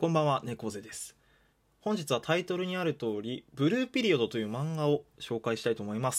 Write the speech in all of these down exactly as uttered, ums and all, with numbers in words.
こんばんは、猫背です。本日はタイトルにある通り、ブルーピリオドという漫画を紹介したいと思います。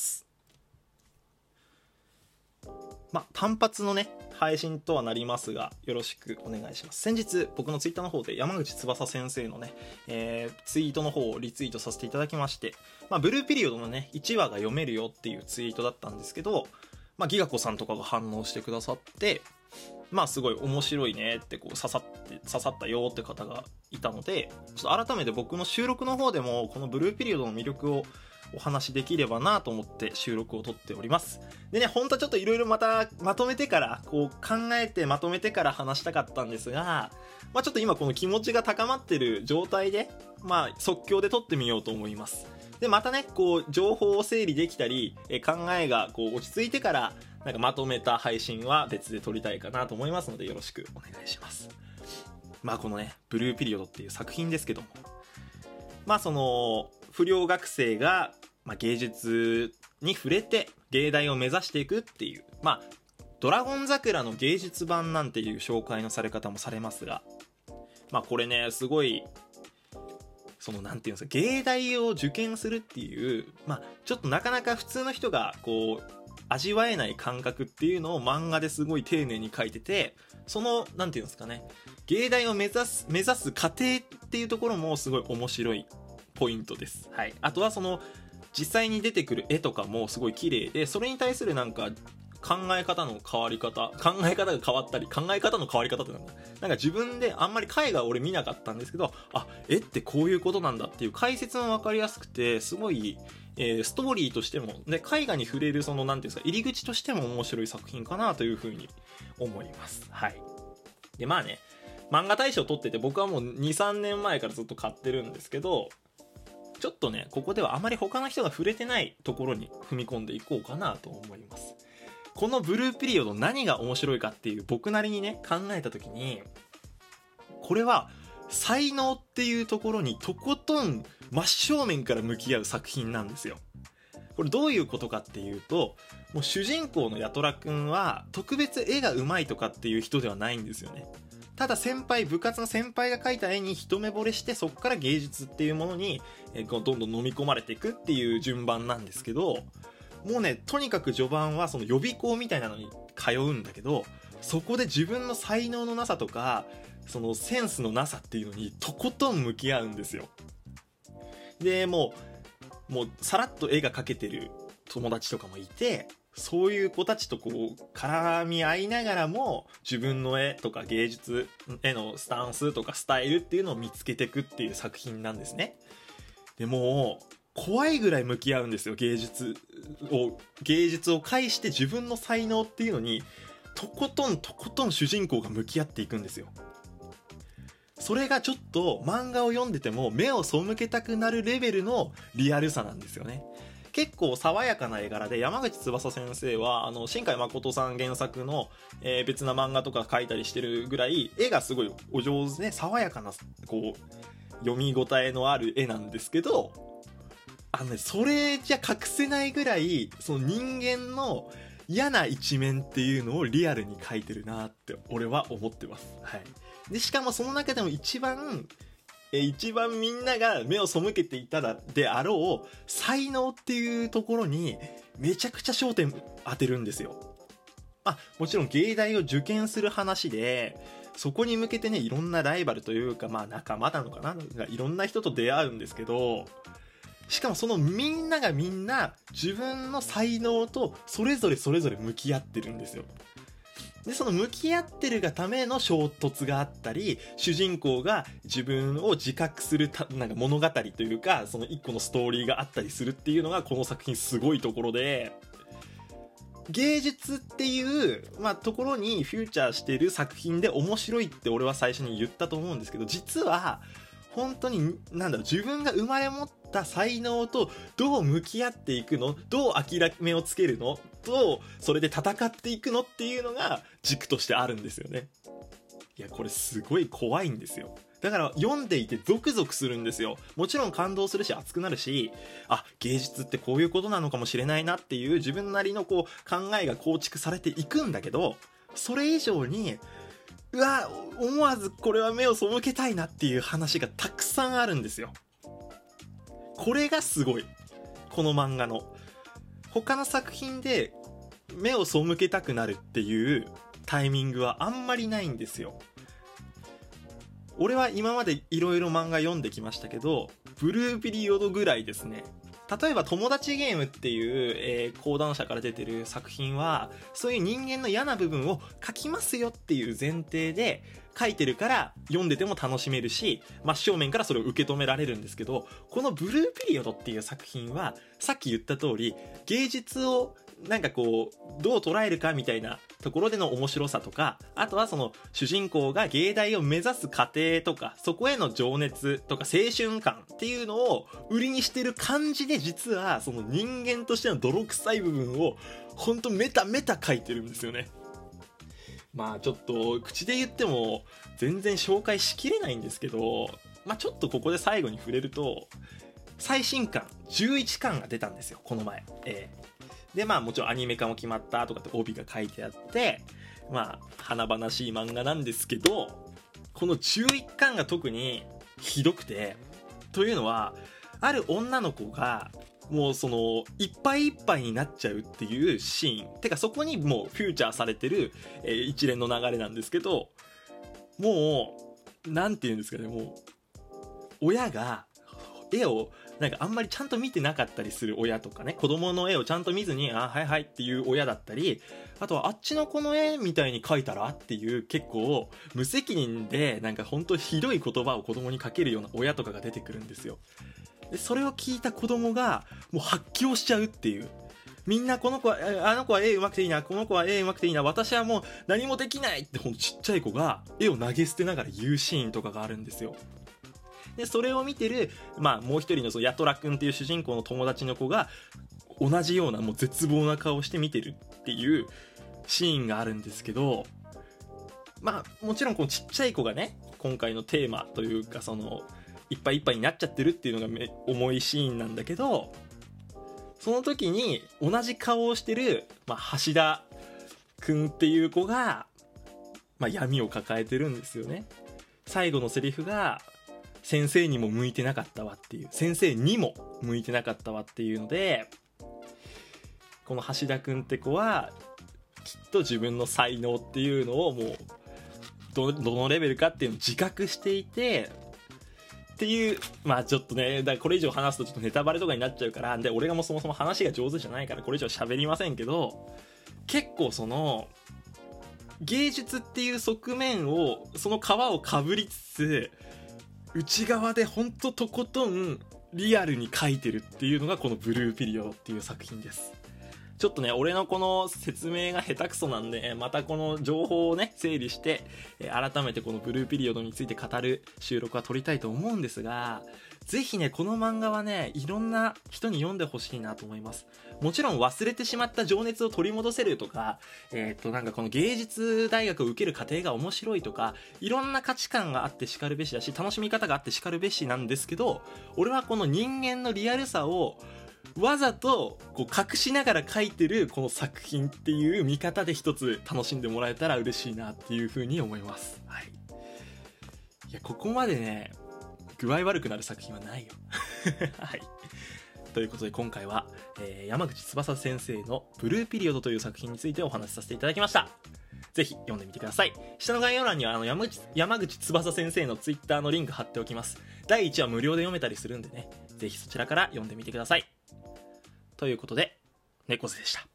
まあ、単発のね、配信とはなりますが、よろしくお願いします。先日、僕のツイッターの方で山口翼先生のね、えー、ツイートの方をリツイートさせていただきまして、まあ、ブルーピリオドのね、いちわが読めるよっていうツイートだったんですけど、まあ、ギガ子さんとかが反応してくださって、まあすごい面白いねってこう刺さって刺さったよって方がいたので、ちょっと改めて僕の収録の方でもこのブルーピリオドの魅力をお話しできればなと思って収録を撮っております。でね、本当はちょっといろいろまたまとめてからこう考えてまとめてから話したかったんですが、まあちょっと今この気持ちが高まってる状態で、まあ即興で撮ってみようと思います。でまたね、こう情報を整理できたり、え考えがこう落ち着いてからなんかまとめた配信は別で撮りたいかなと思いますので、よろしくお願いします。まあこのね、ブルーピリオドっていう作品ですけども、まあその不良学生が、まあ、芸術に触れて芸大を目指していくっていう、まあドラゴン桜の芸術版なんていう紹介のされ方もされますが、まあこれね、すごいそのなんていうんですか、芸大を受験するっていう、まあちょっとなかなか普通の人がこう味わえない感覚っていうのを漫画ですごい丁寧に書いてて、そのなんていうんですかね、芸大を目指す目指す過程っていうところもすごい面白いポイントです。はい。あとはその実際に出てくる絵とかもすごい綺麗で、それに対するなんか考え方の変わり方考え方が変わったり考え方の変わり方ってなんだなんか自分であんまり絵画俺見なかったんですけど、あ、絵ってこういうことなんだっていう解説も分かりやすくて、すごい、えー、ストーリーとしてもで絵画に触れるそのなんていうんですか、入り口としても面白い作品かなというふうに思います。はい。でまあね、漫画大賞撮ってて僕はもう にさんねんまえからずっと買ってるんですけど、ちょっとねここではあまり他の人が触れてないところに踏み込んでいこうかなと思います。このブルーピリオド何が面白いかっていう僕なりにね考えた時に、これは才能っていうところにとことん真正面から向き合う作品なんですよ。これどういうことかっていうと、もう主人公の八虎くんは特別絵が上手いとかっていう人ではないんですよね。ただ先輩部活の先輩が描いた絵に一目惚れして、そこから芸術っていうものにどんどん飲み込まれていくっていう順番なんですけど、もうね、とにかく序盤はその予備校みたいなのに通うんだけど、そこで自分の才能のなさとかそのセンスのなさっていうのにとことん向き合うんですよ。でもうもうさらっと絵が描けてる友達とかもいて、そういう子たちとこう絡み合いながらも自分の絵とか芸術へのスタンスとかスタイルっていうのを見つけていくっていう作品なんですね。でもう怖いぐらい向き合うんですよ。芸術を芸術を介して自分の才能っていうのにとことんとことん主人公が向き合っていくんですよ。それがちょっと漫画を読んでても目を背けたくなるレベルのリアルさなんですよね。結構爽やかな絵柄で、山口翼先生はあの新海誠さん原作の、えー、別な漫画とか描いたりしてるぐらい絵がすごいお上手で爽やかなこう読み応えのある絵なんですけど、あのね、それじゃ隠せないぐらいその人間の嫌な一面っていうのをリアルに描いてるなって俺は思ってます。はい。でしかもその中でも一番え一番みんなが目を背けていたであろう才能っていうところにめちゃくちゃ焦点当てるんですよ。まあもちろん芸大を受験する話で、そこに向けてねいろんなライバルというか、まあ仲間なのかな、いろんな人と出会うんですけど、しかもそのみんながみんな自分の才能とそれぞれそれぞれ向き合ってるんですよ。でその向き合ってるがための衝突があったり、主人公が自分を自覚するたなんか物語というか、その一個のストーリーがあったりするっていうのがこの作品すごいところで、芸術っていう、まあ、ところにフューチャーしてる作品で面白いって俺は最初に言ったと思うんですけど、実は本当になんだろう、自分が生まれ持った才能とどう向き合っていくの、どう諦めをつけるの、どうそれで戦っていくのっていうのが軸としてあるんですよね。いやこれすごい怖いんですよ。だから読んでいてゾクゾクするんですよ。もちろん感動するし熱くなるし、あ、芸術ってこういうことなのかもしれないなっていう自分なりのこう考えが構築されていくんだけど、それ以上にうわ思わずこれは目を背けたいなっていう話がたくさんあるんですよ。これがすごい、この漫画の。他の作品で目を背けたくなるっていうタイミングはあんまりないんですよ。俺は今までいろいろ漫画読んできましたけど、ブルーピリオドぐらいですね。例えば友達ゲームっていう、えー、講談社から出てる作品は、そういう人間の嫌な部分を書きますよっていう前提で書いてるから読んでても楽しめるし、真正面からそれを受け止められるんですけど、このブルーピリオドっていう作品はさっき言った通り、芸術をなんかこうどう捉えるかみたいなところでの面白さとか、あとはその主人公が芸大を目指す過程とか、そこへの情熱とか青春感っていうのを売りにしてる感じで、実はその人間としての泥臭い部分をほんとメタメタ書いてるんですよね。まあちょっと口で言っても全然紹介しきれないんですけど、まあちょっとここで最後に触れると、最新刊じゅういちかんが出たんですよ、この前。えーでまあもちろんアニメ化も決まったとかって帯が書いてあって、まあ華々しい漫画なんですけど、このじゅういっかんが特にひどくて、というのはある女の子がもうそのいっぱいいっぱいになっちゃうっていうシーン、てかそこにもうフューチャーされてる、えー、一連の流れなんですけど、もうなんていうんですかね、もう親が絵をなんかあんまりちゃんと見てなかったりする親とかね、子供の絵をちゃんと見ずにあはいはいっていう親だったり、あとはあっちの子の絵みたいに描いたらっていう結構無責任でなんか本当ひどい言葉を子供にかけるような親とかが出てくるんですよ。でそれを聞いた子供がもう発狂しちゃうっていう、みんなこの子はあの子は絵うまくていいな、この子は絵うまくていいな、私はもう何もできないってほんとちっちゃい子が絵を投げ捨てながら言うシーンとかがあるんですよ。でそれを見てる、まあ、もう一人のそのヤトラ君っていう主人公の友達の子が同じようなもう絶望な顔をして見てるっていうシーンがあるんですけど、まあもちろんこのちっちゃい子がね、今回のテーマというかそのいっぱいいっぱいになっちゃってるっていうのがめ重いシーンなんだけど、その時に同じ顔をしてる、まあ、橋田君っていう子が、まあ、闇を抱えてるんですよね。最後のセリフが先生にも向いてなかったわっていう、先生にも向いてなかったわっていうので、この橋田くんって子はきっと自分の才能っていうのをもう ど, どのレベルかっていうのを自覚していてっていう、まあちょっとね、だからこれ以上話すとちょっとネタバレとかになっちゃうから、で俺がもうそもそも話が上手じゃないからこれ以上喋りませんけど、結構その芸術っていう側面を、その皮をかぶりつつ内側でほんととことんリアルに描いてるっていうのがこのブルーピリオドっていう作品です。ちょっとね俺のこの説明が下手くそなんで、またこの情報をね整理して改めてこのブルーピリオドについて語る収録は撮りたいと思うんですが、ぜひねこの漫画はねいろんな人に読んでほしいなと思います。もちろん忘れてしまった情熱を取り戻せるとか、えー、っとなんかこの芸術大学を受ける過程が面白いとか、いろんな価値観があってしかるべしだし、楽しみ方があってしかるべしなんですけど、俺はこの人間のリアルさをわざとこう隠しながら描いてるこの作品っていう見方で一つ楽しんでもらえたら嬉しいなっていう風に思います。はい。いやここまでね具合悪くなる作品はないよ。はい。ということで今回は、えー、山口翼先生のブルーピリオドという作品についてお話しさせていただきました。ぜひ読んでみてください。下の概要欄にはあの山口、山口翼先生のツイッターのリンク貼っておきます。だいいちわ無料で読めたりするんでね、ぜひそちらから読んでみてください。ということで猫背でした。